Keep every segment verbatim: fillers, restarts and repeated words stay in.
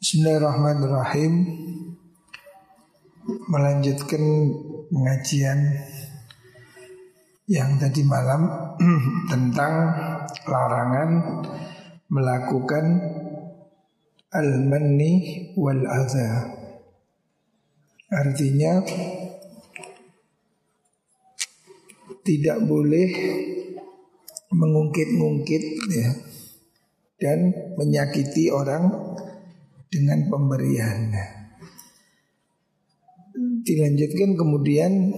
Bismillahirrahmanirrahim. Melanjutkan pengajian yang tadi malam tentang larangan melakukan al-manni wal adha. Artinya tidak boleh mengungkit-ungkit ya, dan menyakiti orang dengan pemberian. Dilanjutkan kemudian,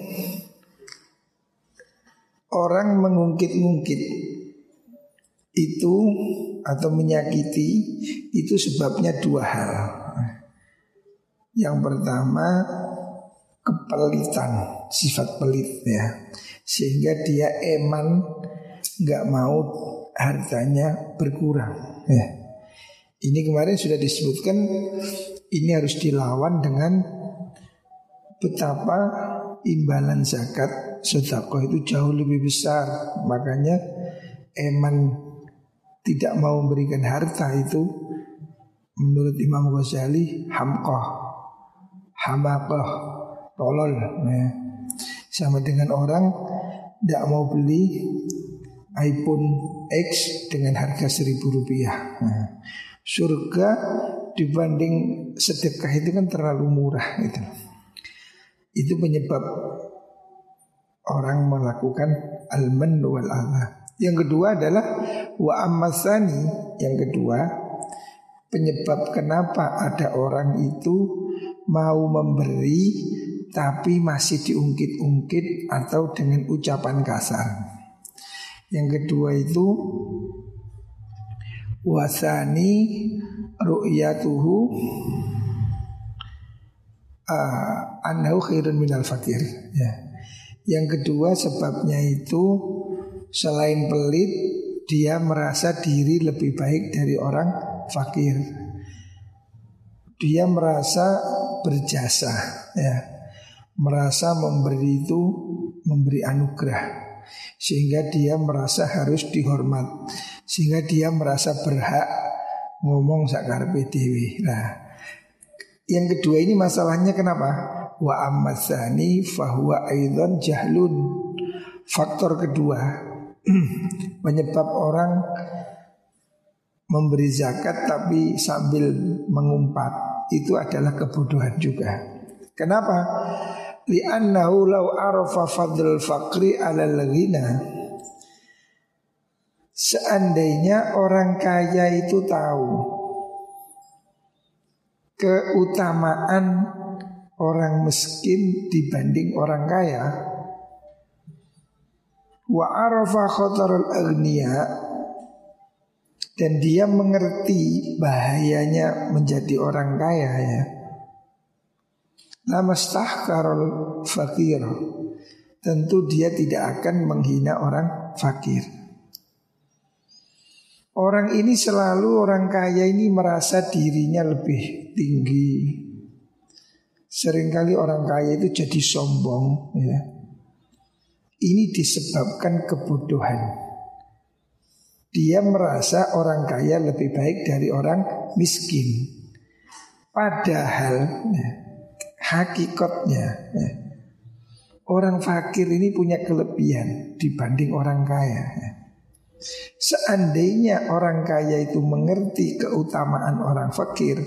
orang mengungkit-ungkit itu atau menyakiti itu sebabnya dua hal. Yang pertama, kepelitan, sifat pelit ya, sehingga dia eman nggak mau hartanya berkurang ya. Ini kemarin sudah disebutkan, ini harus dilawan dengan betapa imbalan zakat sedekah itu jauh lebih besar. Makanya eman tidak mau memberikan harta itu menurut Imam Ghazali hamqah, hamaqah, tolol ya. Sama dengan orang tidak mau beli iPhone X dengan harga seribu rupiah. Nah, surga dibanding sedekah itu kan terlalu murah itu. Itu penyebab orang melakukan al-man wal adha. Yang kedua adalah wa ammasani. Yang kedua, penyebab kenapa ada orang itu mau memberi tapi masih diungkit-ungkit atau dengan ucapan kasar. Yang kedua itu wasani ru'yatuhu uh, annahu khairun minal fakir ya. Yang kedua sebabnya itu selain pelit, dia merasa diri lebih baik dari orang fakir. Dia merasa berjasa ya, merasa memberi itu memberi anugerah, sehingga dia merasa harus dihormat, sehingga dia merasa berhak ngomong sakarepe dhewe. Nah, yang kedua ini masalahnya kenapa? Wa ammasani fahuwa aidan jahlun. Faktor kedua penyebab orang memberi zakat tapi sambil mengumpat itu adalah kebodohan juga. Kenapa? Li'annahu law arafa fadl faqri 'alal ghina. Seandainya orang kaya itu tahu keutamaan orang miskin dibanding orang kaya, wa arafa khatarul aghniya, dan dia mengerti bahayanya menjadi orang kaya ya, lamastahkarul fakir, tentu dia tidak akan menghina orang fakir. Orang ini selalu, orang kaya ini merasa dirinya lebih tinggi. Seringkali orang kaya itu jadi sombong ya. Ini disebabkan kebodohan. Dia merasa orang kaya lebih baik dari orang miskin. Padahal ya, hakikatnya ya, orang fakir ini punya kelebihan dibanding orang kaya ya. Seandainya orang kaya itu mengerti keutamaan orang fakir,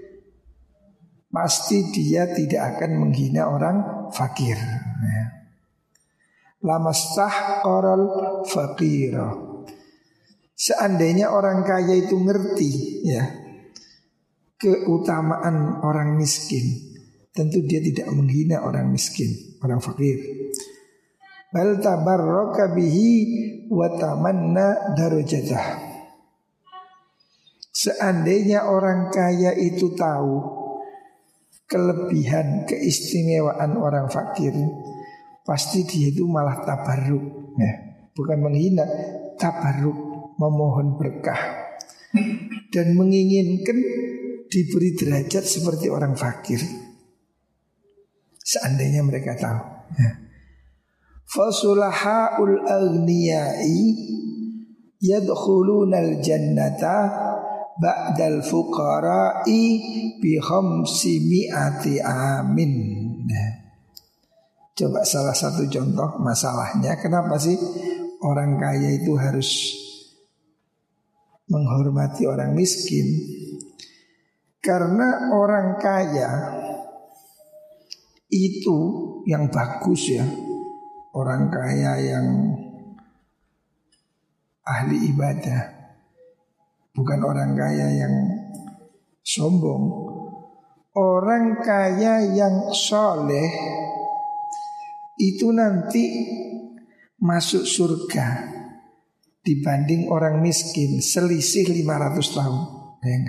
pasti dia tidak akan menghina orang fakir ya. Lamastahqaral faqira. Seandainya orang kaya itu ngerti ya keutamaan orang miskin, tentu dia tidak menghina orang miskin, orang fakir. Bal tabarraka bihi wa tamanna darajatah. Seandainya orang kaya itu tahu kelebihan, keistimewaan orang fakir, pasti dia itu malah tabarruk ya. Bukan menghina, tabarruk, memohon berkah dan menginginkan diberi derajat seperti orang fakir. Seandainya mereka tahu ya. Fasulahaul aghniyai yadkhulunal jannata ba'dal fuqara'i bi khamsi mi'ati amin. Nah, coba salah satu contoh masalahnya, kenapa sih orang kaya itu harus menghormati orang miskin? Karena orang kaya itu yang bagus ya, orang kaya yang ahli ibadah, bukan orang kaya yang sombong. Orang kaya yang soleh itu nanti masuk surga dibanding orang miskin selisih lima ratus tahun. Ya,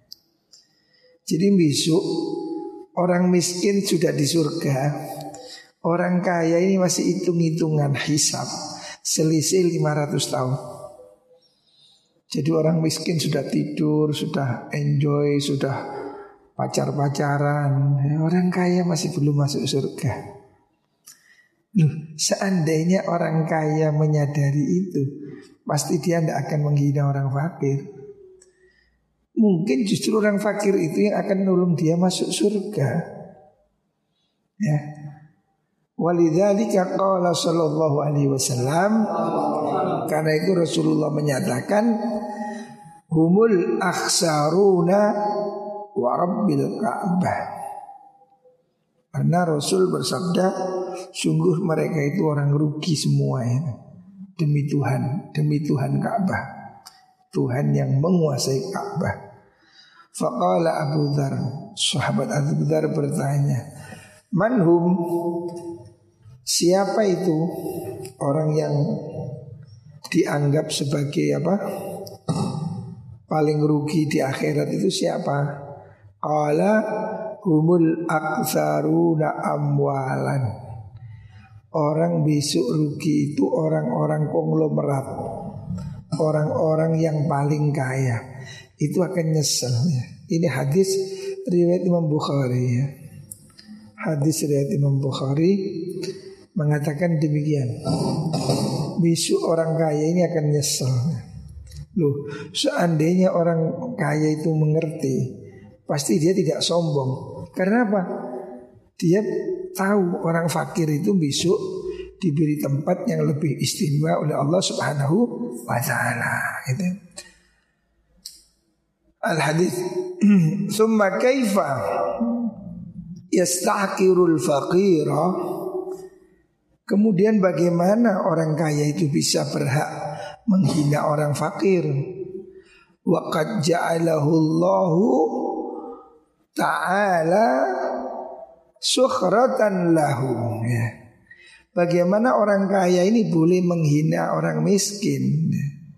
jadi besok orang miskin sudah di surga, orang kaya ini masih hitung-hitungan hisab selisih lima ratus tahun. Jadi orang miskin sudah tidur, sudah enjoy, sudah pacar-pacaran, orang kaya masih belum masuk surga. Loh, seandainya orang kaya menyadari itu, pasti dia tidak akan menghina orang fakir. Mungkin justru orang fakir itu yang akan nolong dia masuk surga. Ya. Walidzalika qala sallallahu alaihi wasallam, karena itu Rasulullah menyatakan humul akhsaruna wa rabbil Ka'bah. Karena Rasul bersabda, sungguh mereka itu orang rugi semua itu. Demi Tuhan, demi Tuhan Ka'bah, Tuhan yang menguasai Ka'bah. Faqala Abu Dzar, sahabat Abu Dzar bertanya, manhum, siapa itu orang yang dianggap sebagai apa? Paling rugi di akhirat itu siapa? Qala humul aktsaruna amwalan. Orang besok rugi itu orang-orang konglomerat, orang-orang yang paling kaya. Itu akan nyesel ya. Ini hadis riwayat Imam Bukhari ya. Hadis riwayat Imam Bukhari mengatakan demikian. Besok orang kaya ini akan nyesel. Loh, seandainya orang kaya itu mengerti, pasti dia tidak sombong. Karena apa? Dia tahu orang fakir itu besok diberi tempat yang lebih istimewa oleh Allah Subhanahu wa taala. Gitu. Al-hadis summa kaifa yastahqirul faqira. Kemudian bagaimana orang kaya itu bisa berhak menghina orang fakir? Wa qad ja'alahu Allahu ta'ala sukhratan lahu ya. Bagaimana orang kaya ini boleh menghina orang miskin,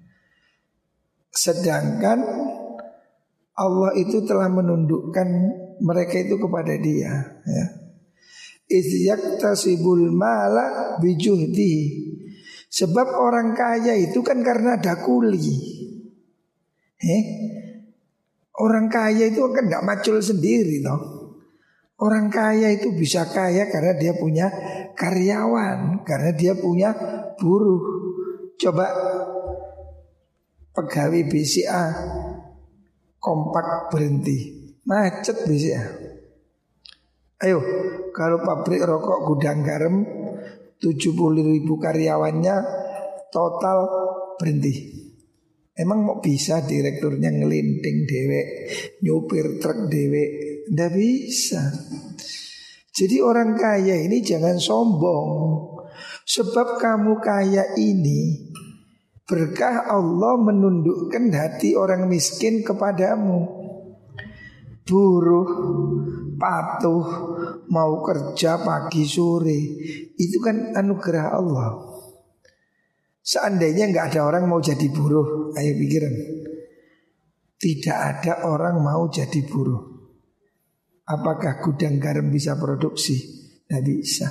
sedangkan Allah itu telah menundukkan mereka itu kepada dia ya. Iz yaktasibul mala bijuhdihi. Sebab orang kaya itu kan karena ada kuli. Eh? Orang kaya itu kan gak macul sendiri toh. Orang kaya itu bisa kaya karena dia punya karyawan, karena dia punya buruh. Coba pegawai B C A kompak berhenti, macet B C A. Ayo, kalau pabrik rokok gudang garam tujuh puluh ribu karyawannya total berhenti. Emang mau bisa direkturnya ngelinting dewek, nyupir truk dewek? Nggak bisa. Jadi orang kaya ini jangan sombong. Sebab kamu kaya ini berkah Allah menundukkan hati orang miskin kepadamu. Buruh, patuh, mau kerja pagi sore, itu kan anugerah Allah. Seandainya nggak ada orang mau jadi buruh, ayo pikiran. Tidak ada orang mau jadi buruh. Apakah gudang garam bisa produksi? Tidak bisa.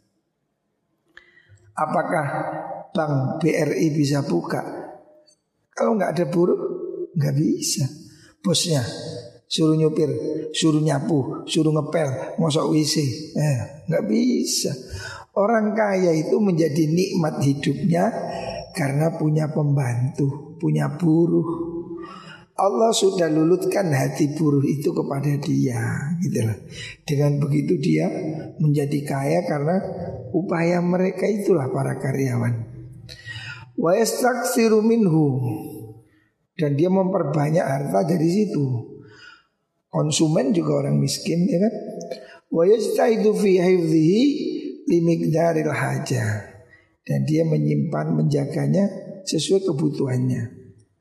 Apakah bank B R I bisa buka? Kalau nggak ada buruh, nggak bisa. Bosnya suruh nyupir, suruh nyapu, suruh ngepel, ngosok W C, eh, nggak bisa. Orang kaya itu menjadi nikmat hidupnya karena punya pembantu, punya buruh. Allah sudah lulutkan hati buruh itu kepada dia, gitu loh. Dengan begitu dia menjadi kaya karena upaya mereka itulah para karyawan. Wa yastaksiru minhu, dan dia memperbanyak harta dari situ. Konsumen juga orang miskin, ya kan? Wa yastaidu fi hifdhihi limigdaril hajah, dan dia menyimpan, menjaganya sesuai kebutuhannya.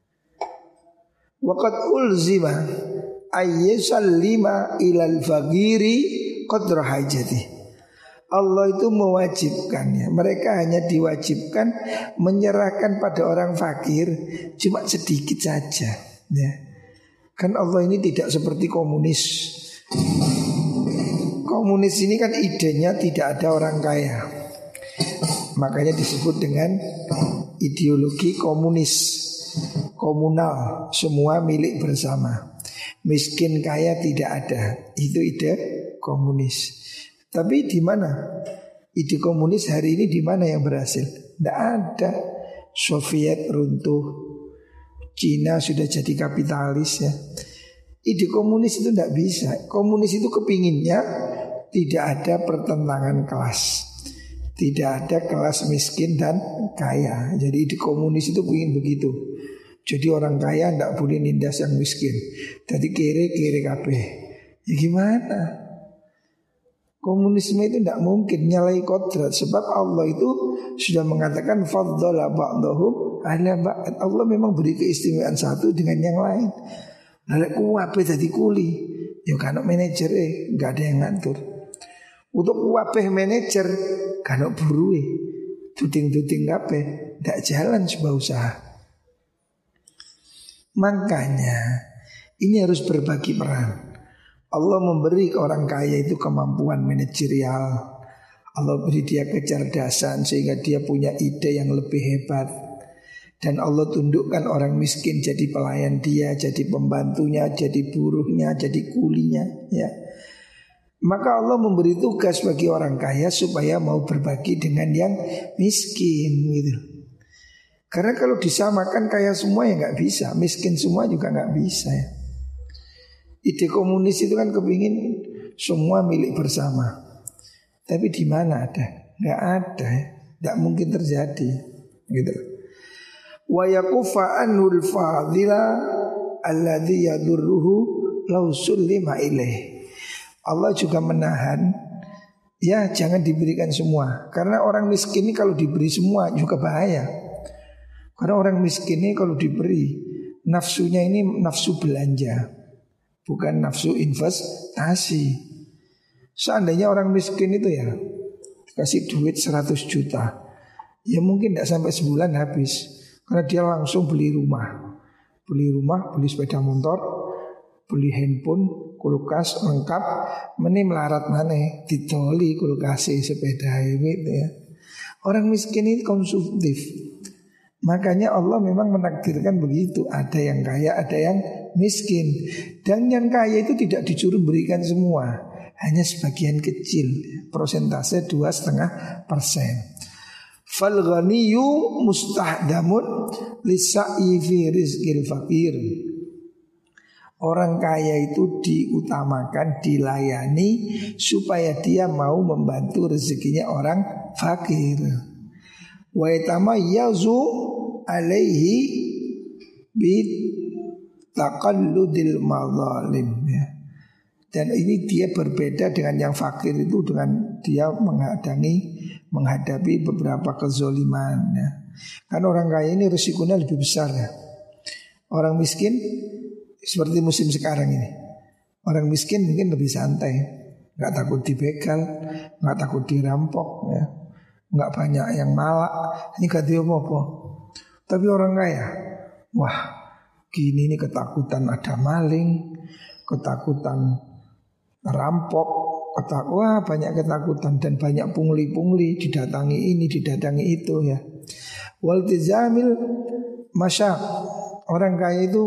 Waqad ulzima ayyusallima ilal faqiri qadra hajati. Allah itu mewajibkan ya, mereka hanya diwajibkan menyerahkan pada orang fakir cuma sedikit saja ya. Kan Allah ini tidak seperti komunis. Komunis ini kan idenya tidak ada orang kaya. Makanya disebut dengan ideologi komunis. Komunal, semua milik bersama. Miskin kaya tidak ada. Itu ide komunis. Tapi di mana ide komunis hari ini, di mana yang berhasil? Tidak ada. Soviet runtuh, Cina sudah jadi kapitalis ya. Ide komunis itu tidak bisa. Komunis itu kepinginnya tidak ada pertentangan kelas, tidak ada kelas miskin dan kaya. Jadi ide komunis itu ingin begitu. Jadi orang kaya tidak boleh nindas yang miskin. Jadi kere-kere kabeh. Ya gimana? Komunisme itu tidak mungkin nyalai kodrat. Sebab Allah itu sudah mengatakan faddala ba'dahum ala ba'd. Allah memang beri keistimewaan satu dengan yang lain. Lalu kuwabe jadi kuli, ya kan manajer eh nggak ada yang ngatur. Untuk kuwabe manajer kan buruh, tuting-tuting kabeh, tidak jalan sebuah usaha. Makanya ini harus berbagi peran. Allah memberi ke orang kaya itu kemampuan manajerial. Allah beri dia kecerdasan sehingga dia punya ide yang lebih hebat. Dan Allah tundukkan orang miskin jadi pelayan dia, jadi pembantunya, jadi buruhnya, jadi kulinya ya. Maka Allah memberi tugas bagi orang kaya supaya mau berbagi dengan yang miskin gitu. Karena kalau disamakan kaya semua ya nggak bisa, miskin semua juga nggak bisa ya. Ide komunis itu kan kepingin semua milik bersama. Tapi di mana ada? Nggak ada ya. Nggak mungkin terjadi gitu. Wa yakufa anul fadila alladhi yadurruhu law sullima ilaih. Allah juga menahan, ya jangan diberikan semua. Karena orang miskin ini kalau diberi semua juga bahaya. Karena orang miskin ini kalau diberi, nafsunya ini nafsu belanja, bukan nafsu investasi. Seandainya orang miskin itu ya kasih duit seratus juta, ya mungkin tidak sampai sebulan habis. Karena dia langsung beli rumah, beli rumah, beli sepeda motor, beli handphone, kulkas lengkap, meni melarat mana, ditoli kulkas sepeda gitu ya. Orang miskin ini konsumtif. Makanya Allah memang menakdirkan begitu. Ada yang kaya, ada yang miskin. Dan yang kaya itu tidak disuruh berikan semua, hanya sebagian kecil, persentase dua setengah persen. Fal ghaniyu mustahdamun lisa'i fi rizqil fakir. Orang kaya itu diutamakan, dilayani supaya dia mau membantu rezekinya orang fakir. Wa yatamayyazu alaihi bit taqalludil madzalim ya. Dan ini dia berbeda dengan yang fakir itu, dengan dia menghadapi menghadapi beberapa kezoliman ya. Kan orang kaya ini risikonya lebih besar ya. Orang miskin seperti musim sekarang ini, orang miskin mungkin lebih santai, nggak takut dibegal, nggak takut dirampok ya, nggak banyak yang malak, ini gak dia apa-apa. Tapi orang kaya, wah gini ini ketakutan ada maling, ketakutan rampok, ketak wah banyak ketakutan dan banyak pungli-pungli, didatangi ini, didatangi itu ya. Wal tizamil masyak, orang kaya itu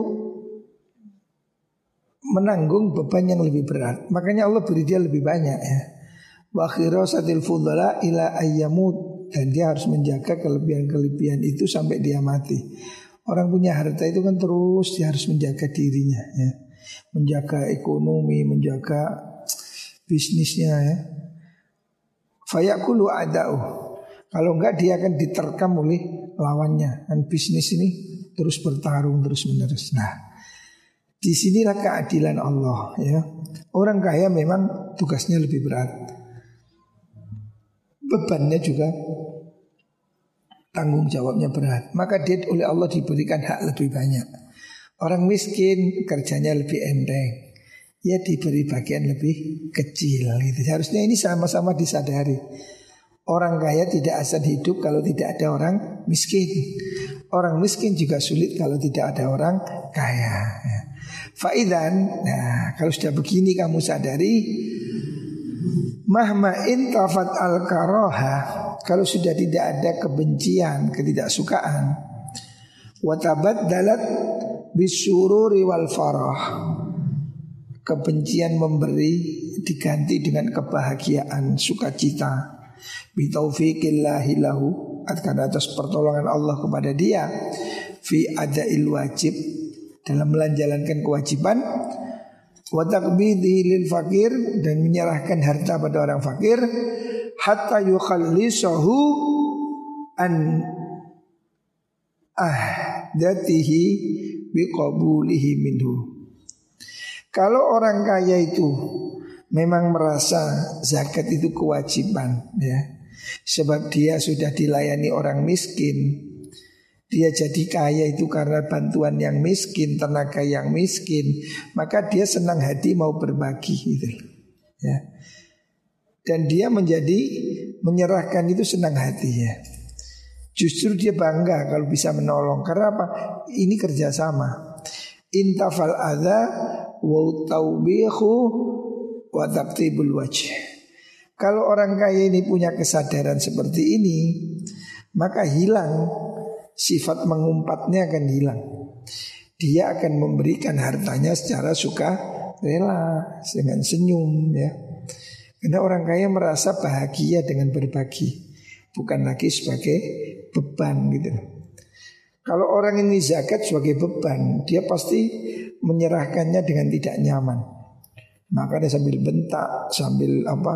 menanggung beban yang lebih berat. Makanya Allah beri dia lebih banyak ya. Wa khirasatil fudala ila ayyamut, dan dia harus menjaga kelebihan-kelebihan itu sampai dia mati. Orang punya harta itu kan terus dia harus menjaga dirinya ya. Menjaga ekonomi, menjaga bisnisnya ya. Fayaqulu ada'u. Kalau enggak dia akan diterkam oleh lawannya. Dan bisnis ini terus bertarung terus menerus. Nah, disinilah keadilan Allah ya. Orang kaya memang tugasnya lebih berat, bebannya juga, tanggung jawabnya berat. Maka dia oleh Allah diberikan hak lebih banyak. Orang miskin kerjanya lebih enteng, ya diberi bagian lebih kecil gitu. Harusnya ini sama-sama disadari. Orang kaya tidak akan hidup kalau tidak ada orang miskin. Orang miskin juga sulit kalau tidak ada orang kaya. Faidan, nah kalau sudah begini kamu sadari, mahma intafat al-karoha, kalau sudah tidak ada kebencian, ketidaksukaan, watabat dalat bisururi wal farah, kebencian memberi diganti dengan kebahagiaan, sukacita, bitaufiqillahi lahu, karena atas pertolongan Allah kepada dia, fi adail wajib, dalam menjalankan kewajiban, wa taqbidihi lil fakir, dan menyerahkan harta pada orang fakir, hatta yukhallisahu an ahdatihi biqabulihi minhu. Kalau orang kaya itu memang merasa zakat itu kewajiban ya, sebab dia sudah dilayani orang miskin, dia jadi kaya itu karena bantuan yang miskin, tenaga yang miskin, maka dia senang hati mau berbagi gitu ya. Dan dia menjadi menyerahkan itu senang hati ya. Justru dia bangga kalau bisa menolong. Karena apa? Ini kerjasama. Intafal adha wa taubihu wa taqtibul wajh. Kalau orang kaya ini punya kesadaran seperti ini, maka hilang sifat mengumpatnya, akan hilang. Dia akan memberikan hartanya secara suka rela, dengan senyum ya. Karena orang kaya merasa bahagia dengan berbagi, bukan lagi sebagai beban gitu. Kalau orang ini zakat sebagai beban, dia pasti menyerahkannya dengan tidak nyaman. Makanya sambil bentak, sambil apa,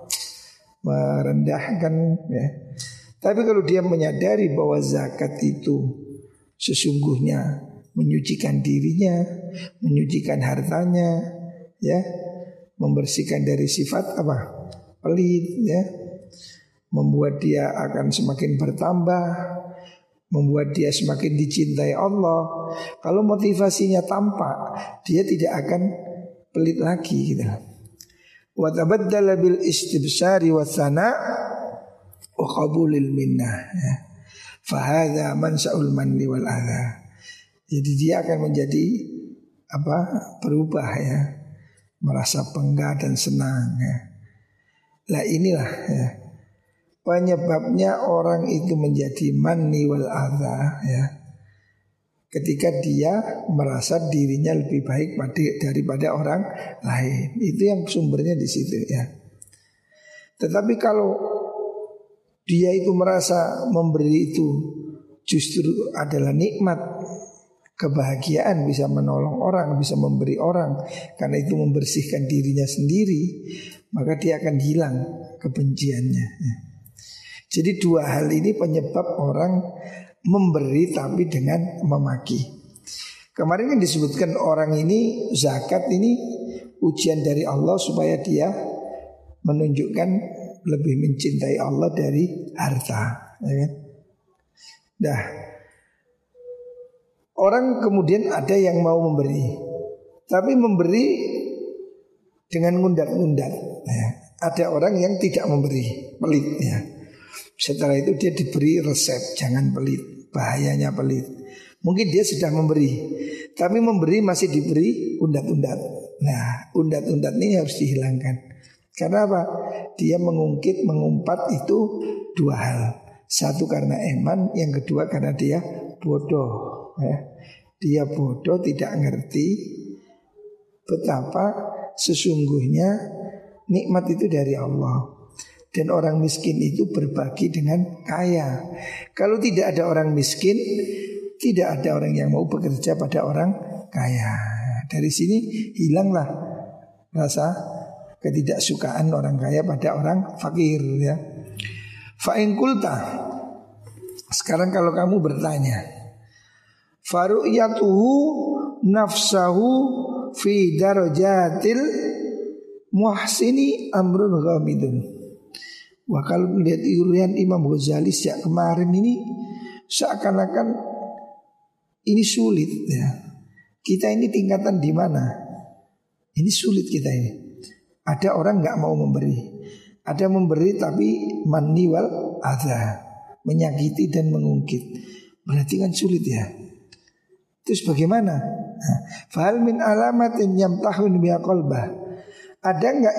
merendahkan ya. Tapi kalau dia menyadari bahwa zakat itu sesungguhnya menyucikan dirinya, menyucikan hartanya, ya, membersihkan dari sifat apa? Pelit, ya, membuat dia akan semakin bertambah, membuat dia semakin dicintai Allah. Kalau motivasinya tampak, dia tidak akan pelit lagi gitu. Wa tabaddala bil istibsari wa tsana wa qabulil minnah ya. Fahadha mansa'ul manni wal adha. Jadi dia akan menjadi apa? Berubah ya, merasa bangga dan senang ya. Lah inilah ya, penyebabnya orang itu menjadi manni wal adha ya, ketika dia merasa dirinya lebih baik daripada orang lain. Itu yang sumbernya di situ ya. Tetapi kalau dia itu merasa memberi itu justru adalah nikmat, kebahagiaan, bisa menolong orang, bisa memberi orang, karena itu membersihkan dirinya sendiri, maka dia akan hilang kebenciannya. Jadi dua hal ini penyebab orang memberi tapi dengan memaki. Kemarin yang disebutkan orang ini zakat ini ujian dari Allah supaya dia menunjukkan lebih mencintai Allah dari harta ya kan? Dah, orang kemudian ada yang mau memberi, tapi memberi dengan ngundat-ngundat ya. Ada orang yang tidak memberi, pelit ya. Setelah itu dia diberi resep, jangan pelit, bahayanya pelit. Mungkin dia sudah memberi, tapi memberi masih diberi undat-undat. Nah, undat-undat ini harus dihilangkan. Karena apa? Dia mengungkit, mengumpat itu dua hal. Satu karena eman, yang kedua karena dia bodoh ya. Dia bodoh, tidak ngerti betapa sesungguhnya nikmat itu dari Allah. Dan orang miskin itu berbagi dengan kaya. Kalau tidak ada orang miskin, Tidak ada orang yang mau bekerja pada orang kaya. Dari sini hilanglah rasa ketidaksukaan orang kaya pada orang fakir ya. Fa'in kulta, sekarang kalau kamu bertanya, faru'yatuhu nafsahu fi darajatil muhsini amrun ghamidun. Wah, kalau melihat urian Imam Ghazali sejak kemarin ini seakan-akan ini sulit ya. Kita ini tingkatan di mana? Ini sulit kita ini. Ada orang nggak mau memberi, ada memberi tapi manni wal adha, menyakiti dan mengungkit. Berarti kan sulit ya. Terus bagaimana? Fahal min alamatin yamtahun biha qalbah. Ada enggak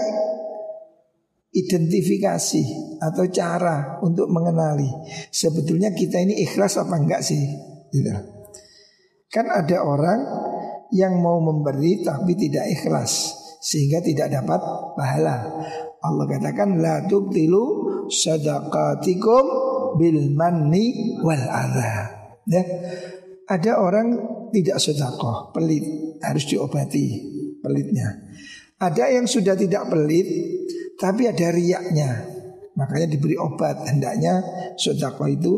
identifikasi atau cara untuk mengenali sebetulnya kita ini ikhlas apa enggak sih? Gitu. Kan ada orang yang mau memberi tapi tidak ikhlas sehingga tidak dapat pahala. Allah katakan la tubtilu sadaqatikum bil manni wal adha. Ya. Ada orang tidak sedekah, pelit, harus diobati pelitnya. Ada yang sudah tidak pelit tapi ada riyaknya, makanya diberi obat. Hendaknya sedekah itu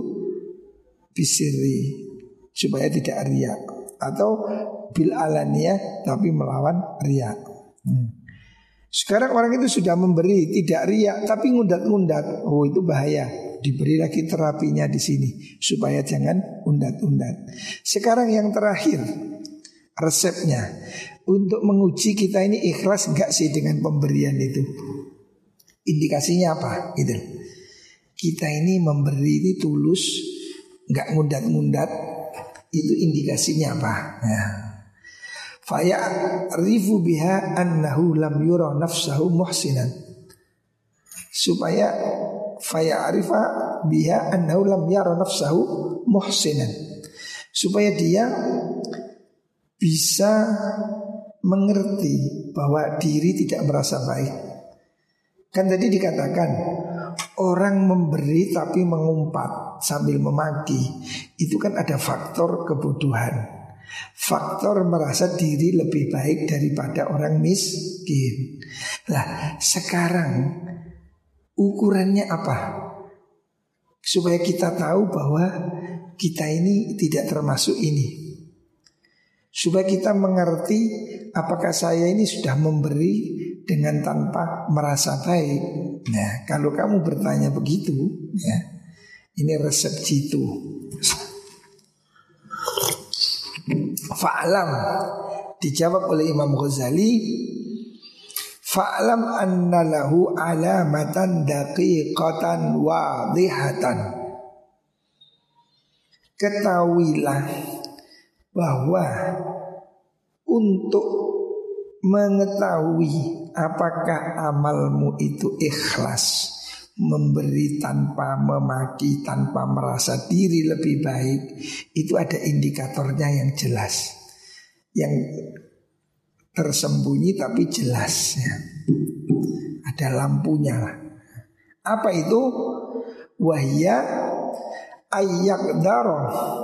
bisiri supaya tidak riyak, atau bil alaniyah tapi melawan riyak. hmm. Sekarang orang itu sudah memberi tidak riyak tapi ngundat-ngundat. Oh, itu bahaya. Diberi lagi terapinya di sini supaya jangan undat-undat. Sekarang yang terakhir, resepnya untuk menguji kita ini ikhlas enggak sih dengan pemberian itu. Indikasinya apa? Gitu. Kita ini memberi ini tulus, enggak ngundat-ngundat. Itu indikasinya apa? Ya. Faya rifu biha annahu lam yura nafsahu muhsinan. Supaya faya arifa biha annahu lam yara nafsahu muhsinan, supaya dia bisa mengerti bahwa diri tidak merasa baik. Kan tadi dikatakan orang memberi tapi mengumpat sambil memaki, itu kan ada faktor kebodohan, faktor merasa diri lebih baik daripada orang miskin. Nah, sekarang ukurannya apa? Supaya kita tahu bahwa kita ini tidak termasuk ini. Supaya kita mengerti apakah saya ini sudah memberi dengan tanpa merasa baik. Nah, kalau kamu bertanya begitu, ya, ini resep jitu. Fa'lam, dijawab oleh Imam Ghazali, fa'lam anna lahu alamatan daqiqatan wadihatan. Ketahuilah bahwa untuk mengetahui apakah amalmu itu ikhlas, memberi tanpa memaki, tanpa merasa diri lebih baik, itu ada indikatornya yang jelas, yang tersembunyi tapi jelas ya. Ada lampunya lah. Apa itu? Wahya ayyaqdara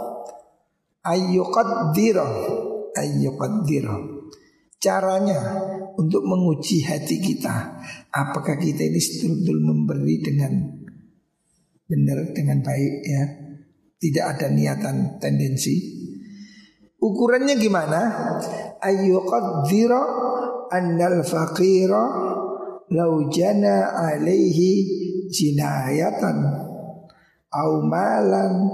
ayyuqaddira ayyuqaddira. Caranya untuk menguji hati kita, apakah kita ini betul-betul memberi dengan benar, dengan baik ya, tidak ada niatan tendensi. Ukurannya gimana? Ayyuqaddira annal faqira law jana alaihi jinayatan au malan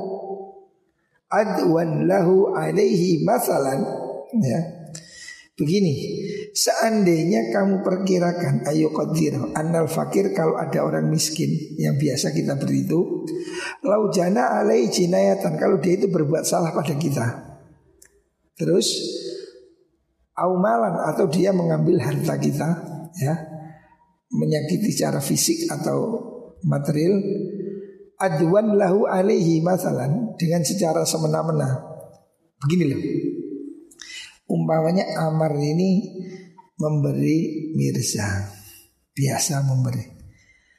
adwan lahu alaihi masalan ya. Begini, seandainya kamu perkirakan ayyuqaddira annal faqir, kalau ada orang miskin yang biasa kita beri itu, law jana alaihi jinayatan, kalau dia itu berbuat salah pada kita, terus aumalan, atau dia mengambil harta kita ya, menyakiti secara fisik atau material, adwan lahu alaihi masalan, dengan secara semena-mena. Begini loh, umpamanya Amar ini memberi Mirza, biasa memberi.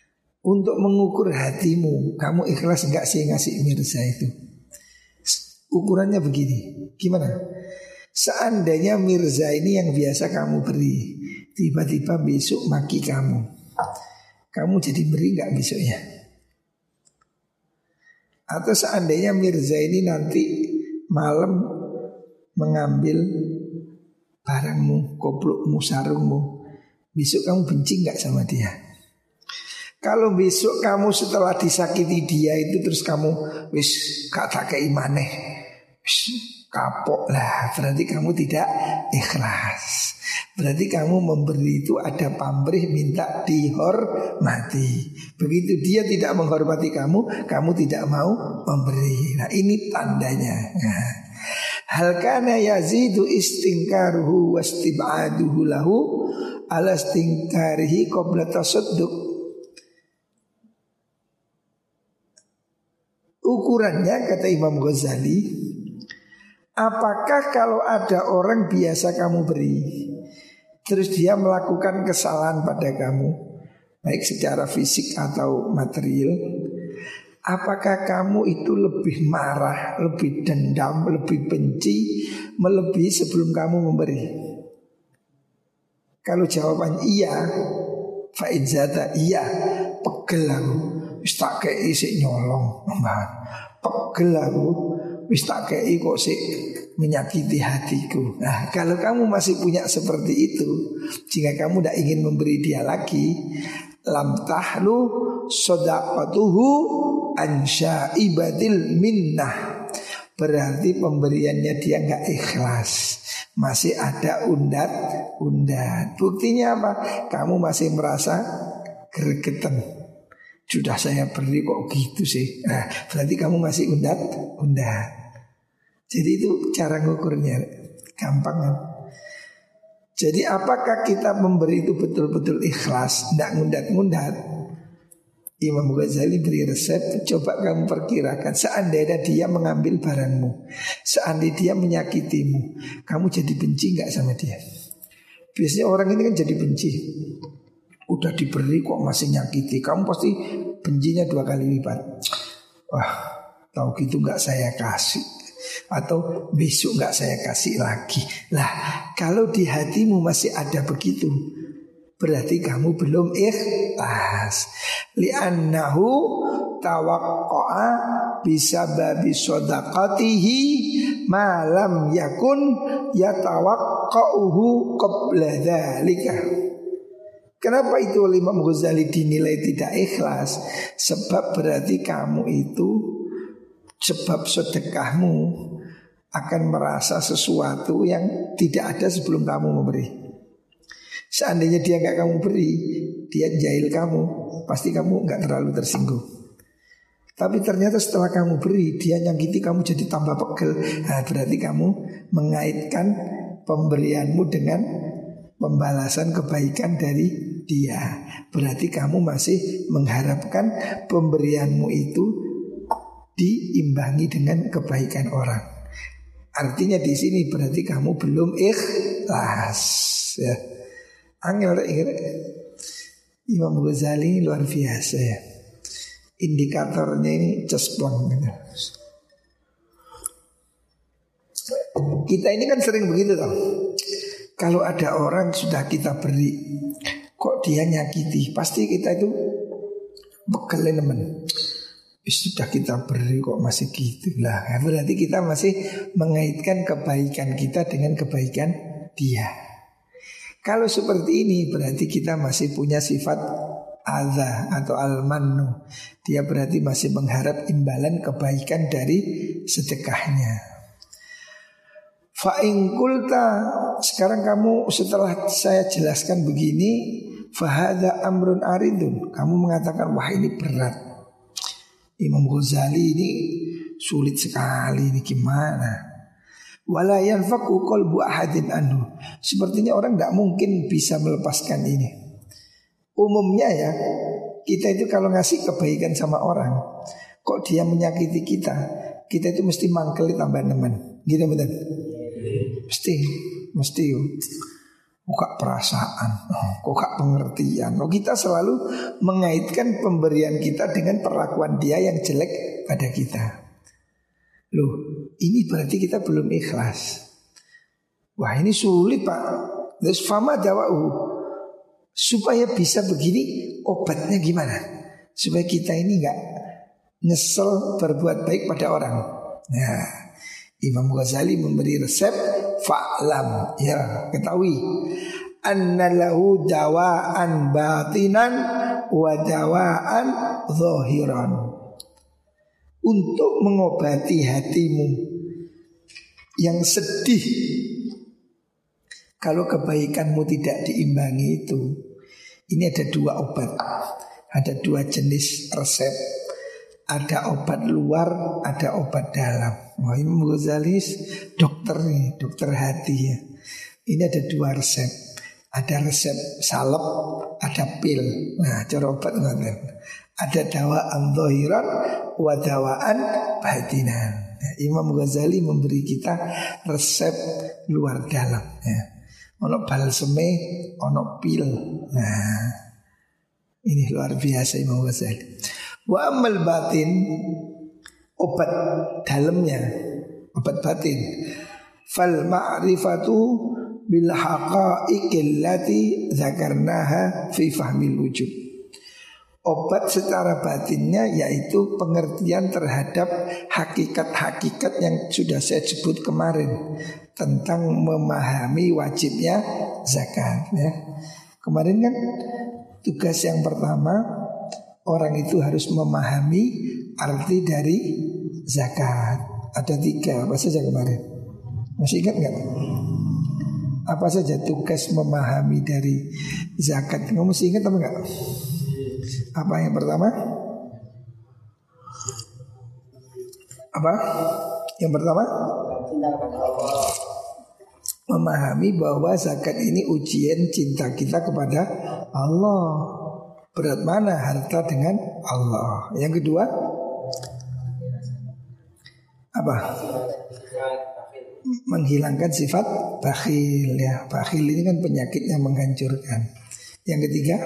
Untuk mengukur hatimu, kamu ikhlas enggak sih ngasih Mirza itu? ukurannya begini. Gimana? Seandainya Mirza ini yang biasa kamu beri, tiba-tiba besok maki kamu, kamu jadi beri gak besoknya? Atau seandainya Mirza ini nanti malam mengambil barangmu, koplukmu, sarungmu, besok kamu benci gak sama dia? Kalau besok kamu setelah disakiti dia itu terus kamu wis gak tak keimaneh, wis kapok lah, berarti kamu tidak ikhlas. Berarti kamu memberi itu ada pamrih, minta dihormati. Begitu dia tidak menghormati kamu, kamu tidak mau memberi. Nah ini tandanya. Nah, hal kana yazidu istingkaruhu wastib'aduhu lahu ala istingkarihi qabla tasadduq. Ukurannya kata Imam Ghazali, apakah kalau ada orang biasa kamu beri, terus dia melakukan kesalahan pada kamu, baik secara fisik atau material, apakah kamu itu lebih marah, lebih dendam, lebih benci, melebihi sebelum kamu memberi? Kalau jawaban iya, fa'in zata iya, pegel aku, wis tak kei sik nyolong, pegel aku, wis tak kei kok sik menyakiti hatiku. Nah kalau kamu masih punya seperti itu, jika kamu tidak ingin memberi dia lagi, lam tahlu sodaqatuhu ansyaibatil minnah, berarti pemberiannya dia nggak ikhlas, masih ada undat-undat. Buktinya apa? Kamu masih merasa gregetan. Sudah saya beri kok gitu sih. Nah, berarti kamu masih undat-undat. Jadi itu cara ngukurnya, gampang kan? Jadi apakah kita memberi itu betul-betul ikhlas, tidak ngundat-ngundat? Imam Ghazali beri resep, coba kamu perkirakan, seandainya dia mengambil barangmu, seandainya dia menyakitimu, kamu jadi benci nggak sama dia? Biasanya orang ini kan jadi benci. Udah diberi kok masih nyakiti, kamu pasti bencinya dua kali lipat. Wah, tahu gitu nggak saya kasih, atau besok nggak saya kasih lagi. Lah, kalau di hatimu masih ada begitu, berarti kamu belum ikhlas. Li'annahu tawaqqa'a bisababi shadaqatihi ma lam yakun yatawaqqa'uhu qabla dzalika. Kenapa itu Imam Ghazali dinilai tidak ikhlas? Sebab berarti kamu itu, sebab sedekahmu akan merasa sesuatu yang tidak ada sebelum kamu memberi. Seandainya dia nggak kamu beri, dia jahil kamu, pasti kamu nggak terlalu tersinggung. Tapi ternyata setelah kamu beri, dia nyakiti kamu jadi tambah pegel. Nah, berarti kamu mengaitkan pemberianmu dengan pembalasan kebaikan dari dia. Berarti kamu masih mengharapkan pemberianmu itu diimbangi dengan kebaikan orang. Artinya di sini berarti kamu belum ikhlas. Ya. Angel Imam Ghazali luar biasa ya. Indikatornya ini cesplong gitu. Kita ini kan sering begitu toh. Kalau ada orang sudah kita beri, kok dia nyakiti, pasti kita itu bekelin temen. Sudah kita beri kok masih gitu lah. Berarti kita masih mengaitkan kebaikan kita dengan kebaikan dia. Kalau seperti ini berarti kita masih punya sifat adza atau al-mannu. Dia berarti masih mengharap imbalan kebaikan dari sedekahnya. Fa'in kulta, sekarang kamu setelah saya jelaskan begini, fahada amrun aridun, kamu mengatakan wah ini berat, Imam Ghazali ini sulit sekali, ini gimana? Wala yanfaqu qalbu ahadin anhu, sepertinya orang tidak mungkin bisa melepaskan ini. Umumnya ya, kita itu kalau ngasih kebaikan sama orang, kok dia menyakiti kita, kita itu mesti mangkeli tambah nemen, gitu betul? Mesti, mesti kok gak perasaan, kok gak pengertian. Oh, kita selalu mengaitkan pemberian kita dengan perlakuan dia yang jelek pada kita. Loh, ini berarti kita belum ikhlas. Wah ini sulit pak. Terus fama dawa'u, supaya bisa begini obatnya gimana? Supaya kita ini gak nyesel berbuat baik pada orang. Nah, Imam Ghazali memberi resep fa'lam, ya ketahui anna lahu dawaan batinan wa dawaan zahiran. Untuk mengobati hatimu yang sedih kalau kebaikanmu tidak diimbangi itu, ini ada dua obat, ada dua jenis resep. Ada obat luar, ada obat dalam. Wah, Imam Ghazali dokter nih, dokter hati ya. Ini ada dua resep. Ada resep salep, ada pil. Nah, cara obat ngoten. Ada dawaan zahiran wa dawaan batinan. Nah, Imam Ghazali memberi kita resep luar dalam ya. Ono balseme, ono pil. Nah, ini luar biasa Imam Ghazali. Wa amal batin, obat dalamnya, obat batin. Fal ma'rifatu bil haqa'iqil lati dzakarnaha fi fahmil wujud. Obat secara batinnya yaitu pengertian terhadap hakikat-hakikat yang sudah saya sebut kemarin tentang memahami wajibnya zakat ya. Kemarin kan tugas yang pertama, orang itu harus memahami arti dari zakat. Ada tiga, apa saja kemarin? Masih ingat nggak? Apa saja tugas memahami dari zakat? Kamu masih ingat apa enggak? Apa yang pertama? Apa? Yang pertama? Memahami bahwa zakat ini ujian cinta kita kepada Allah. Berat mana harta dengan Allah. Yang kedua apa? Menghilangkan sifat bakhil ya. Bakhil ini kan penyakit yang menghancurkan. Yang ketiga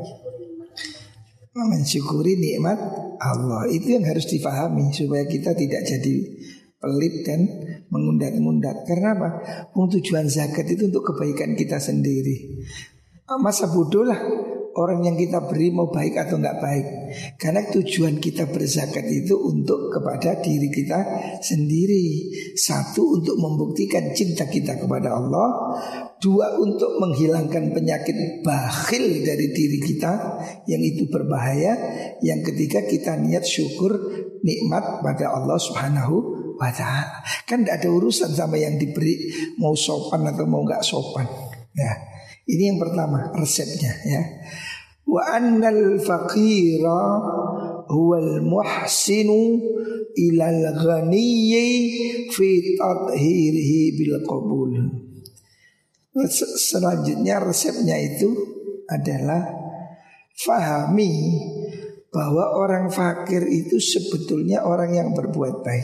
mensyukuri nikmat Allah. Itu yang harus difahami supaya kita tidak jadi pelit dan mengundat-undat. Karena apa? Tujuan zakat itu untuk kebaikan kita sendiri. Masa bodoh lah orang yang kita beri mau baik atau enggak baik. Karena tujuan kita berzakat itu untuk kepada diri kita sendiri. Satu, untuk membuktikan cinta kita kepada Allah. Dua, untuk menghilangkan penyakit bakhil dari diri kita yang itu berbahaya. Yang ketiga, kita niat syukur nikmat pada Allah Subhanahu wa ta'ala. Kan tidak ada urusan sama yang diberi, mau sopan atau mau enggak sopan. Nah, ini yang pertama resepnya ya. Wa annal faqira huwal muhsinu ilal ghaniyyi fi tathhirihi bil qabul. Selanjutnya resepnya itu adalah fahami bahwa orang fakir itu sebetulnya orang yang berbuat baik.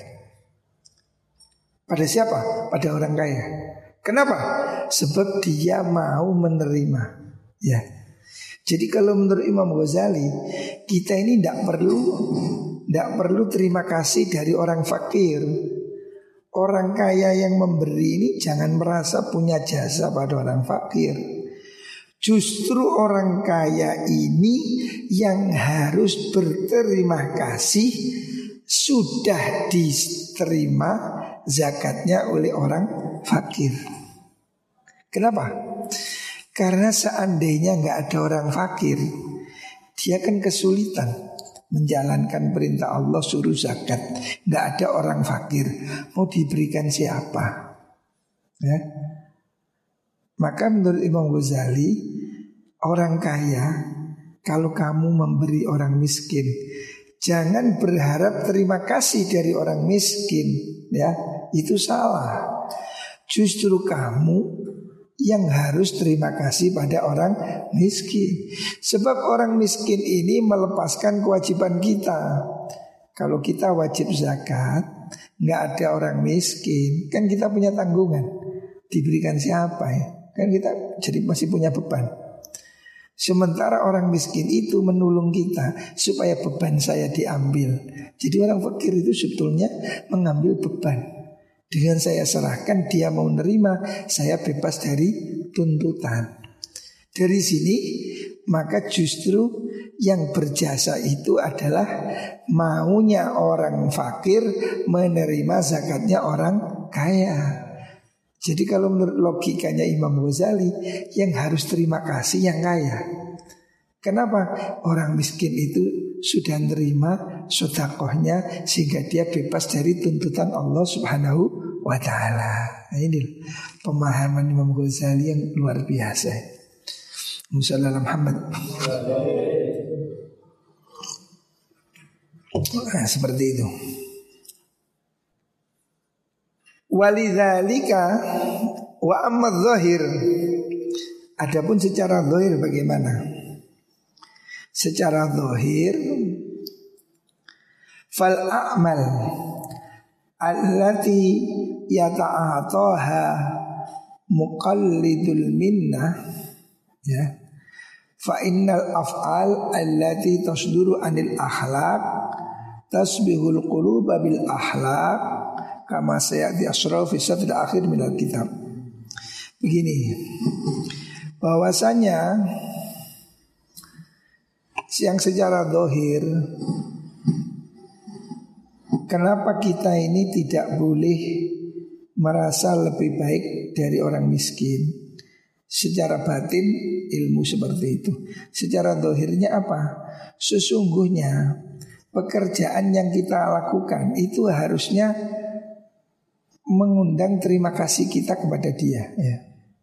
Pada siapa? Pada orang kaya. Kenapa? Sebab dia mau menerima. Ya. Jadi kalau menurut Imam Ghazali, kita ini tidak perlu tidak perlu terima kasih dari orang fakir. Orang kaya yang memberi ini jangan merasa punya jasa pada orang fakir. Justru orang kaya ini yang harus berterima kasih sudah diterima zakatnya oleh orang fakir. Kenapa? Karena seandainya nggak ada orang fakir, dia kan kesulitan menjalankan perintah Allah suruh zakat. Nggak ada orang fakir, mau diberikan siapa? Ya. Maka menurut Imam Ghazali, orang kaya kalau kamu memberi orang miskin, jangan berharap terima kasih dari orang miskin, ya itu salah. Justru kamu yang harus terima kasih pada orang miskin. Sebab orang miskin ini melepaskan kewajiban kita. Kalau kita wajib zakat, nggak ada orang miskin, kan kita punya tanggungan. Diberikan siapa ya? Kan kita jadi masih punya beban. Sementara orang miskin itu menolong kita supaya beban saya diambil. Jadi orang fakir itu sebetulnya mengambil beban. Dengan saya serahkan, dia mau nerima, saya bebas dari tuntutan. Dari sini maka justru yang berjasa itu adalah maunya orang fakir menerima zakatnya orang kaya. Jadi kalau menurut logikanya Imam Ghazali, yang harus terima kasih yang kaya. Kenapa? Orang miskin itu sudah nerima sedekahnya sehingga dia bebas dari tuntutan Allah Subhanahu wa taala. Nah, ini pemahaman Imam Ghazali yang luar biasa. Musallallahu Muhammad. Nah, seperti itu. Walidzalika wa amma dzahir. Adapun secara zahir bagaimana? Secara zahir fal a'mal allati yata'ataha muqallidul minnah, ya, fa innal af'al allati tasduru anil akhlaq tasbihul quluba bil akhlaq kama sayati asra fi sadr akhir minal kitab. Begini, bahwasanya yang secara zahir, kenapa kita ini tidak boleh merasa lebih baik dari orang miskin? Secara batin ilmu seperti itu. Secara zahirnya apa? Sesungguhnya pekerjaan yang kita lakukan itu harusnya mengundang terima kasih kita kepada dia, ya.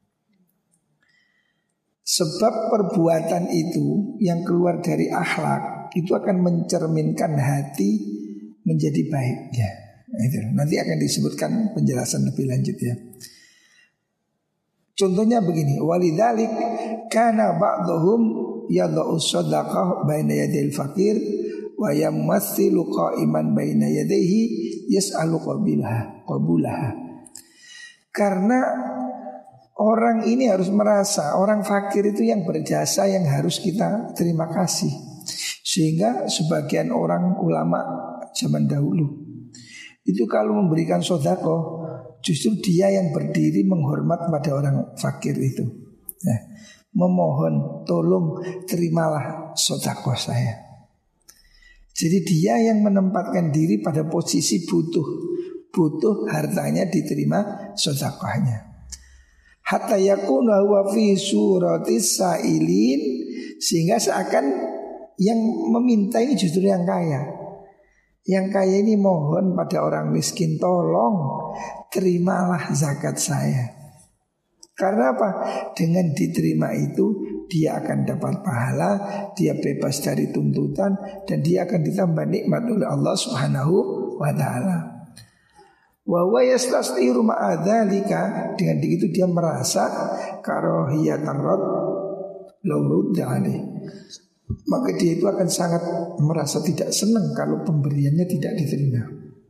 Sebab perbuatan itu yang keluar dari akhlak itu akan mencerminkan hati menjadi baik, ya. Itu nanti akan disebutkan penjelasan lebih lanjut, ya. Contohnya begini, walidzalik kana ba'dhum yadha'u shadaqah baina yadil fakir wa yamathilu qa'iman baina yadayhi yas'alu qabilaha qabulaha. Karena orang ini harus merasa orang fakir itu yang berjasa, yang harus kita terima kasih. Sehingga sebagian orang ulama zaman dahulu itu kalau memberikan sedekah, justru dia yang berdiri menghormat pada orang fakir itu, ya, memohon tolong terimalah sedekah saya. Jadi dia yang menempatkan diri pada posisi butuh, butuh hartanya diterima sedekahnya. Hatta yakuna huwa fi suratis sa'ilin, sehingga seakan yang meminta ini justru yang kaya. Yang kaya ini mohon pada orang miskin, tolong terimalah zakat saya. Karena apa? Dengan diterima itu dia akan dapat pahala, dia bebas dari tuntutan, dan dia akan ditambah nikmat oleh Allah Subhanahu wa taala. Wa wa yastasdiru ma'adzalika, dengan begitu dia merasa karahiyatan rad law rudda alaih. Maka dia itu akan sangat merasa tidak senang kalau pemberiannya tidak diterima.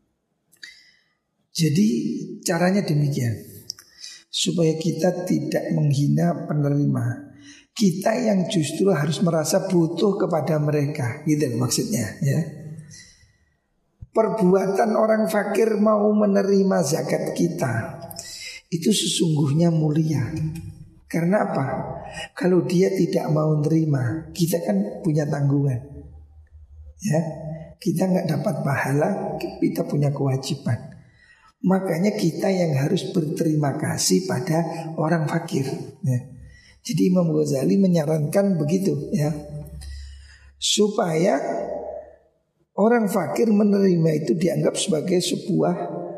Jadi caranya demikian, supaya kita tidak menghina penerima. Kita yang justru harus merasa butuh kepada mereka, gitu maksudnya, ya. Perbuatan orang fakir mau menerima zakat kita itu sesungguhnya mulia. Karena apa? Kalau dia tidak mau menerima, kita kan punya tanggungan, ya. Kita nggak dapat pahala, kita punya kewajiban. Makanya kita yang harus berterima kasih pada orang fakir, ya. Jadi Imam Ghazali menyarankan begitu, ya, supaya orang fakir menerima itu dianggap sebagai sebuah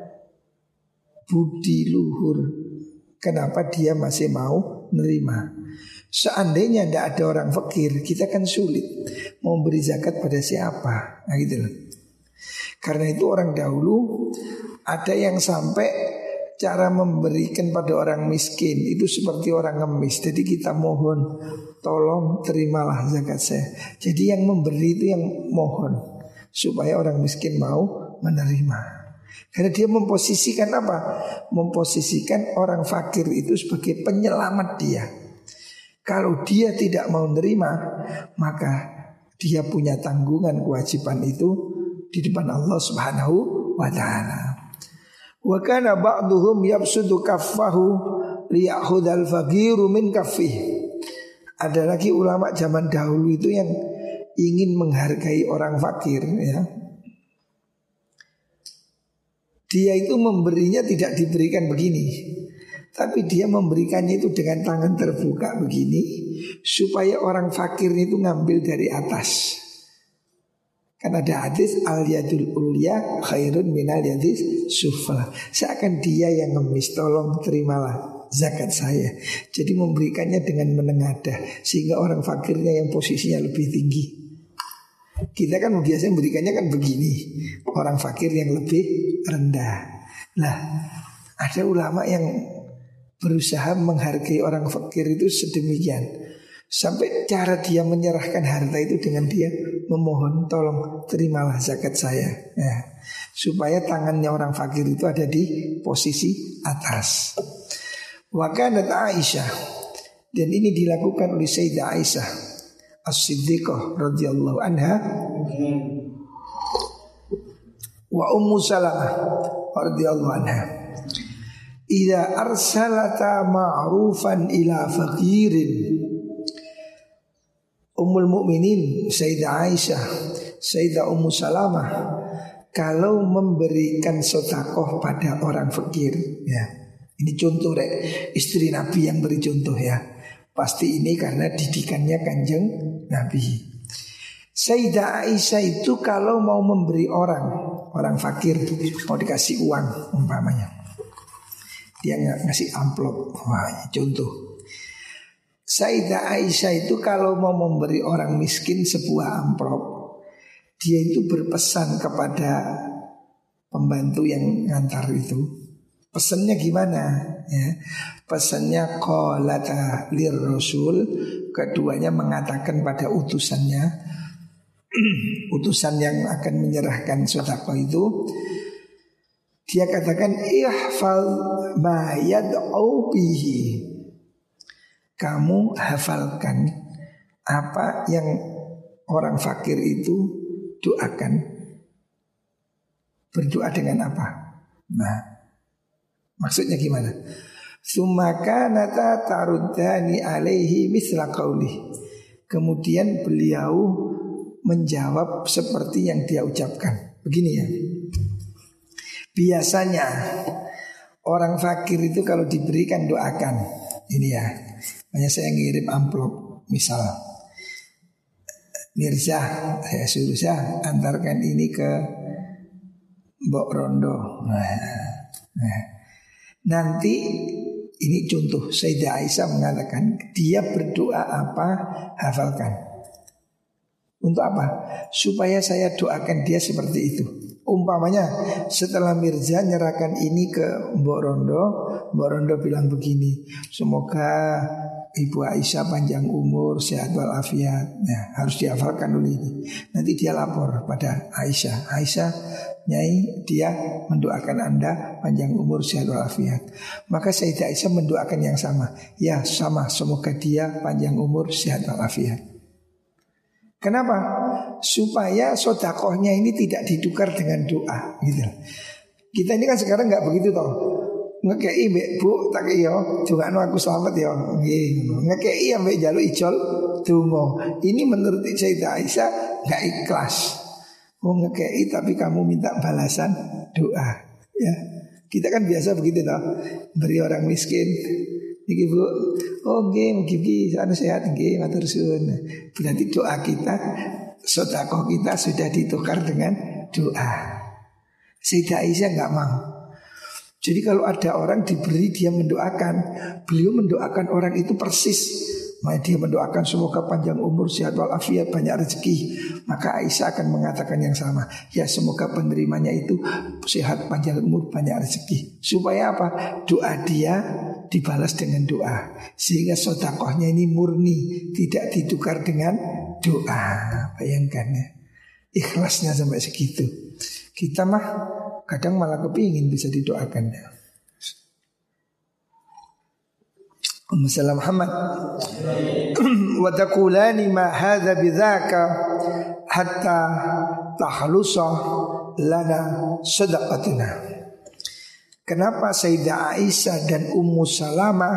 budi luhur. Kenapa dia masih mau menerima? Seandainya tidak ada orang fakir, kita kan sulit mau beri zakat pada siapa, nah gitu loh. Karena itu orang dahulu ada yang sampai cara memberikan pada orang miskin itu seperti orang ngemis. Jadi kita mohon, tolong terimalah zakat saya. Jadi yang memberi itu yang mohon, supaya orang miskin mau menerima. Karena dia memposisikan apa? Memposisikan orang fakir itu sebagai penyelamat dia. Kalau dia tidak mau menerima, maka dia punya tanggungan kewajiban itu di depan Allah Subhanahu wa taala. Wa kana ba'duhum yabsudu kaffahu liyakhudhal faqiru min kaffihi. Ada lagi ulama zaman dahulu itu yang ingin menghargai orang fakir ya. Dia itu memberinya tidak diberikan begini, tapi dia memberikannya itu dengan tangan terbuka begini, supaya orang fakir itu ngambil dari atas. Kan ada hadis al yadul ulya khairun minal yadis sufla. Seakan dia yang ngemis, tolong terimalah zakat saya. Jadi memberikannya dengan menengadah, sehingga orang fakirnya yang posisinya lebih tinggi. Kita kan biasanya memberikannya kan begini, orang fakir yang lebih rendah. Nah, ada ulama yang berusaha menghargai orang fakir itu sedemikian, sampai cara dia menyerahkan harta itu dengan dia memohon, tolong terimalah zakat saya ya, supaya tangannya orang fakir itu ada di posisi atas. Wa kanat Aisyah, dan ini dilakukan oleh Sayyidah Aisyah As-Siddiqah radhiyallahu anha wa Ummu Salamah radhiyallahu anha. Idza arsalata ma'rufan ila faqirin. Ummul Mukminin Sayyidah Aisyah, Sayyidah Ummu Salamah kalau memberikan sedekah pada orang fakir ya. Ini contoh deh, istri Nabi yang beri contoh ya. Pasti ini karena didikannya Kanjeng Nabi. Sayyidah Aisyah itu kalau mau memberi orang, orang fakir, mau dikasih uang umpamanya, dia nggak ngasih amplop. Wah, contoh. Sayyidah Aisyah itu kalau mau memberi orang miskin sebuah amplop, dia itu berpesan kepada pembantu yang ngantar itu. Pesannya gimana ya? Pesannya qalata lir rasul, keduanya mengatakan pada utusannya, utusan yang akan menyerahkan sedekah itu, dia katakan ihfal ma yad'u bihi. Kamu hafalkan apa yang orang fakir itu doakan. Berdoa dengan apa? Nah, maksudnya gimana? Sumaka nata taruddani alaihi misla qauli. Kemudian beliau menjawab seperti yang dia ucapkan. Begini ya. Biasanya orang fakir itu kalau diberikan doakan. Ini ya. Makanya saya ngirim amplop, misal Mirza, saya suruh saya antarkan ini ke Mbok Rondo. Nah, nah. Nanti ini contoh, Sayyidah Aisyah mengatakan dia berdoa apa, hafalkan. Untuk apa? Supaya saya doakan dia seperti itu. Umpamanya setelah Mirza nyerahkan ini ke Mbok Rondo, Mbok Rondo bilang begini, semoga Ibu Aisyah panjang umur, sehat walafiat. Nah, harus dihafalkan dulu ini. Nanti dia lapor pada Aisyah, Aisyah, Nyai, dia mendoakan Anda panjang umur, sehat walafiat. Maka Sayyidah Aisyah mendoakan yang sama. Ya sama, semoga dia panjang umur, sehat walafiat. Kenapa? Supaya sodakohnya ini tidak ditukar dengan doa gitu. Kita ini kan sekarang gak begitu toh. Ngekei mbek bu tak iyo jungakno aku selamat ya nggih ngono. Ngekei ambek njaluk ijol donga. Ini menurut Sayyidah Aisyah enggak ikhlas. Oh ngekei tapi kamu minta balasan doa ya. Kita kan biasa begitu toh. Beri orang miskin. Niki Bu, oh nggih mugi anu sehat nggih matur suwun. Berarti doa kita, sedekah kita sudah ditukar dengan doa. Sayyidah Aisyah enggak mau. Jadi kalau ada orang diberi dia mendoakan, beliau mendoakan orang itu persis. Maka dia mendoakan semoga panjang umur, sehat walafiat, banyak rezeki. Maka Aisyah akan mengatakan yang sama. Ya semoga penerimanya itu sehat, panjang umur, banyak rezeki. Supaya apa? Doa dia dibalas dengan doa. Sehingga sedekahnya ini murni, tidak ditukar dengan doa. Bayangkan ya, ikhlasnya sampai segitu. Kita mah kadang malah kepingin bisa didoakan ya. Ummu Salam Muhammad wa taqulani ma hadza bidzaka hatta tahlusa lana sadaqatuna. Kenapa Sayyidah Aisyah dan Ummu Salamah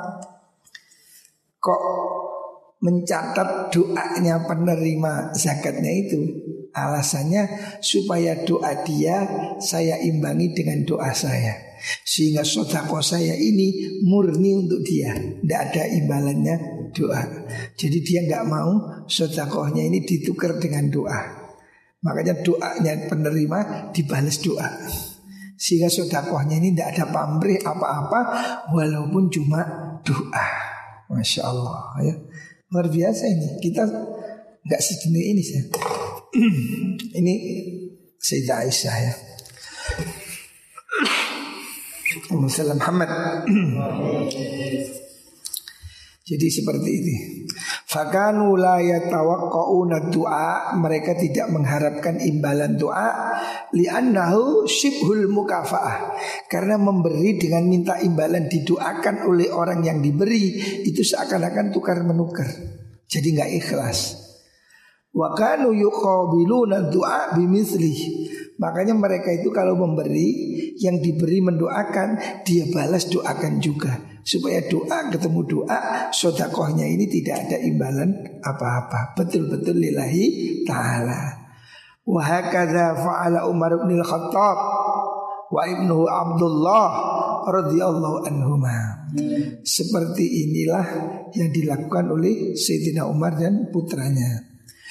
kok mencatat doanya penerima zakatnya itu? Alasannya supaya doa dia saya imbangi dengan doa saya, sehingga sedekah saya ini murni untuk dia, tidak ada imbalannya doa. Jadi dia nggak mau sedekahnya ini ditukar dengan doa. Makanya doanya penerima dibalas doa, sehingga sedekahnya ini tidak ada pamrih apa-apa, walaupun cuma doa. Masya Allah ya, luar biasa ini. Kita nggak sejenis ini sih. Ini Sayyidah Aisyah ya, Muhammad Muhammad. Jadi seperti ini. Fakanu la yatawaqqauna du'a, mereka tidak mengharapkan imbalan doa, li'annahu syibhul mukafaah, karena memberi dengan minta imbalan didoakan oleh orang yang diberi itu seakan-akan tukar menukar. Jadi enggak ikhlas. Wa kanu yuqabiluna du'a bimithli. Makanya mereka itu kalau memberi, yang diberi mendoakan, dia balas doakan juga, supaya doa ketemu doa, sedekahnya ini tidak ada imbalan apa-apa, betul-betul lillahi ta'ala. Wa hakadha fa'ala Umar bin Al-Khattab wa ibnuhu Abdullah radhiyallahu anhuma. Seperti inilah yang dilakukan oleh Sayyidina Umar dan putranya.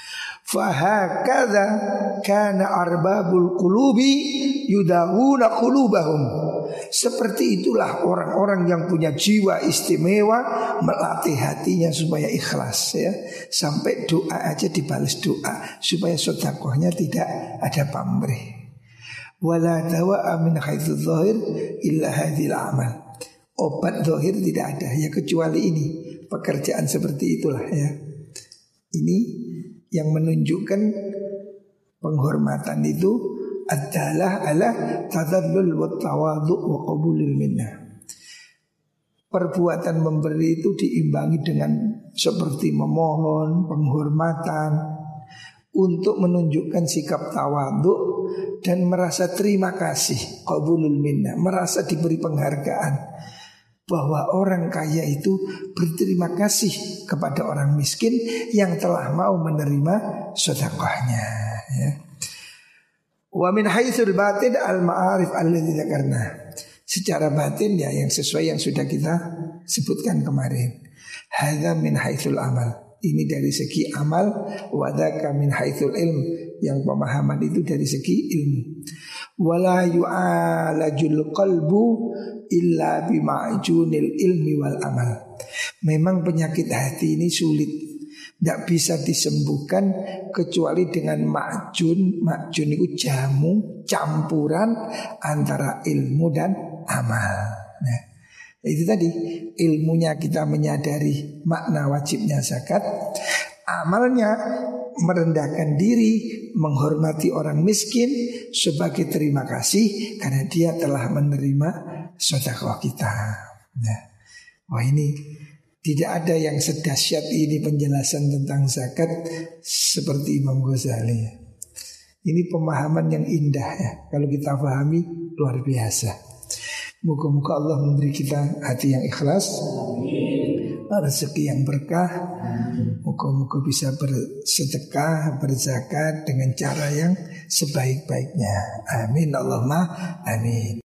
Fahakadha kana arbabul qulubi yudawuna qulubahum. Seperti itulah orang-orang yang punya jiwa istimewa melatih hatinya supaya ikhlas ya. Sampai doa aja dibalas doa, supaya sedekahnya tidak ada pamrih. Wala dawa'a min haitsu dzahir illa hadhil amal. Obat zahir tidak ada ya kecuali ini. Pekerjaan seperti itulah ya. Ini yang menunjukkan penghormatan itu adalah ala tadallul wa tawadhu wa qabulil minnah. Perbuatan memberi itu diimbangi dengan seperti memohon, penghormatan, untuk menunjukkan sikap tawadhu dan merasa terima kasih, qabulul minnah, merasa diberi penghargaan, bahwa orang kaya itu berterima kasih kepada orang miskin yang telah mau menerima sedekahnya ya. Wa min haitsul batin al ma'arif alladzi dzakarna. Secara batin ya yang sesuai yang sudah kita sebutkan kemarin. Hadza min haitsul amal. Ini dari segi amal, wa dzaka min haitsul ilm, yang pemahaman itu dari segi ilmu. Wala yu'alajul qalbu illa bima'junil ilmi wal amal. Memang penyakit hati ini sulit, tidak bisa disembuhkan kecuali dengan ma'jun. Ma'jun itu jamu, campuran antara ilmu dan amal. Nah, itu tadi ilmunya kita menyadari makna wajibnya zakat, amalnya merendahkan diri, menghormati orang miskin sebagai terima kasih karena dia telah menerima sedekah kita. Nah, wah ini tidak ada yang sedahsyat ini penjelasan tentang zakat seperti Imam Ghazali. Ini pemahaman yang indah ya, kalau kita pahami luar biasa. Moga-moga Allah memberi kita hati yang ikhlas, rezeki yang berkah. Moga-moga bisa bersedekah, berzakat dengan cara yang sebaik-baiknya. Amin Allahumma amin.